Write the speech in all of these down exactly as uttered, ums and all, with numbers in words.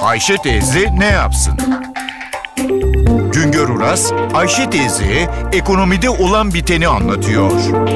Ayşe teyze ne yapsın? Güngör Uras, Ayşe teyzeye ekonomide olan biteni anlatıyor.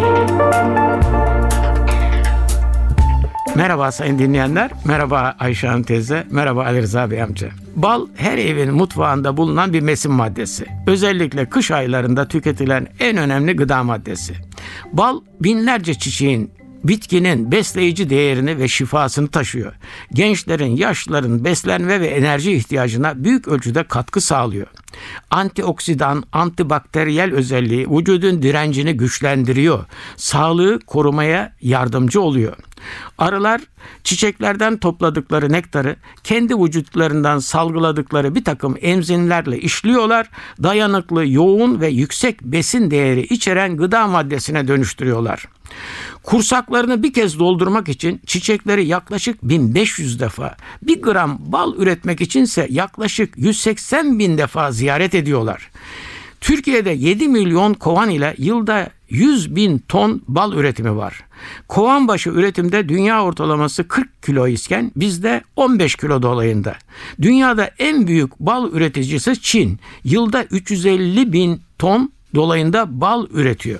Merhaba sayın dinleyenler, merhaba Ayşe Hanım teyze, merhaba Ali Rıza Bey amca. Bal her evin mutfağında bulunan bir besin maddesi. Özellikle kış aylarında tüketilen en önemli gıda maddesi. Bal binlerce çiçeğin, bitkinin besleyici değerini ve şifasını taşıyor. Gençlerin, yaşlıların beslenme ve enerji ihtiyacına büyük ölçüde katkı sağlıyor. Antioksidan, antibakteriyel özelliği vücudun direncini güçlendiriyor. Sağlığı korumaya yardımcı oluyor. Arılar çiçeklerden topladıkları nektarı kendi vücutlarından salgıladıkları bir takım enzimlerle işliyorlar. Dayanıklı, yoğun ve yüksek besin değeri içeren gıda maddesine dönüştürüyorlar. Kursaklarını bir kez doldurmak için çiçekleri yaklaşık bin beş yüz defa, bir gram bal üretmek içinse yaklaşık yüz seksen bin defa ziyaret ediyorlar. Türkiye'de yedi milyon kovan ile yılda yüz bin ton bal üretimi var. Kovan başı üretimde dünya ortalaması kırk kilo iken bizde on beş kilo dolayında. Dünyada en büyük bal üreticisi Çin. Yılda üç yüz elli bin ton dolayında bal üretiyor.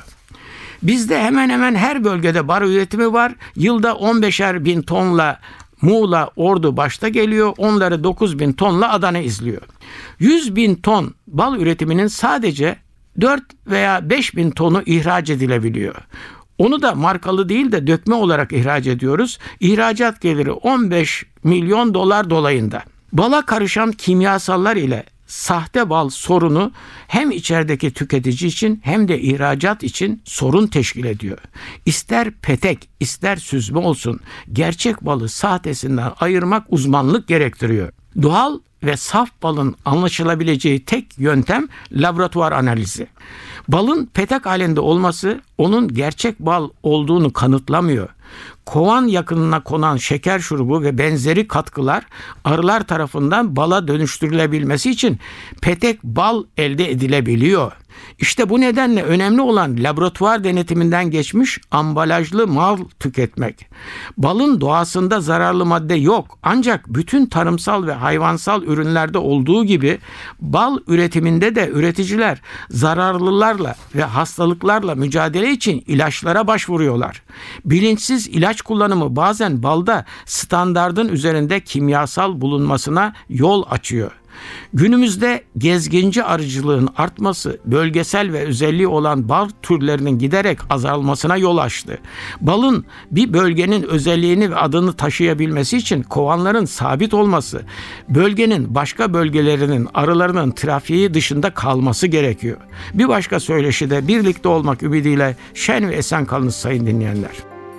Bizde hemen hemen her bölgede bal üretimi var. Yılda on beşer bin tonla Muğla, Ordu başta geliyor. Onları dokuz bin tonla Adana izliyor. yüz bin ton bal üretiminin sadece dört veya beş bin tonu ihraç edilebiliyor. Onu da markalı değil de dökme olarak ihraç ediyoruz. İhracat geliri on beş milyon dolar dolayında. Bala karışan kimyasallar ile sahte bal sorunu hem içerideki tüketici için hem de ihracat için sorun teşkil ediyor. İster petek, ister süzme olsun, gerçek balı sahtesinden ayırmak uzmanlık gerektiriyor. Doğal ve saf balın anlaşılabileceği tek yöntem laboratuvar analizi. Balın petek halinde olması onun gerçek bal olduğunu kanıtlamıyor. Kovan yakınına konan şeker şurubu ve benzeri katkılar arılar tarafından bala dönüştürülebilmesi için petek bal elde edilebiliyor. İşte bu nedenle önemli olan laboratuvar denetiminden geçmiş ambalajlı mal tüketmek. Balın doğasında zararlı madde yok, ancak bütün tarımsal ve hayvansal ürünlerde olduğu gibi bal üretiminde de üreticiler zararlılarla ve hastalıklarla mücadele için ilaçlara başvuruyorlar. Bilinçsiz ilaç kullanımı bazen balda standardın üzerinde kimyasal bulunmasına yol açıyor. Günümüzde gezginci arıcılığın artması bölgesel ve özelliği olan bal türlerinin giderek azalmasına yol açtı. Balın bir bölgenin özelliğini ve adını taşıyabilmesi için kovanların sabit olması, bölgenin başka bölgelerinin arılarının trafiği dışında kalması gerekiyor. Bir başka söyleşide birlikte olmak ümidiyle şen ve esen kalınız sayın dinleyenler.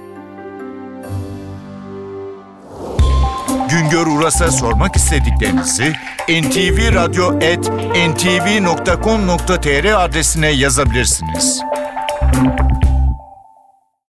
Güngör Uras'a sormak istediklerinizi en ti vi radyo at en ti vi nokta com nokta tr adresine yazabilirsiniz.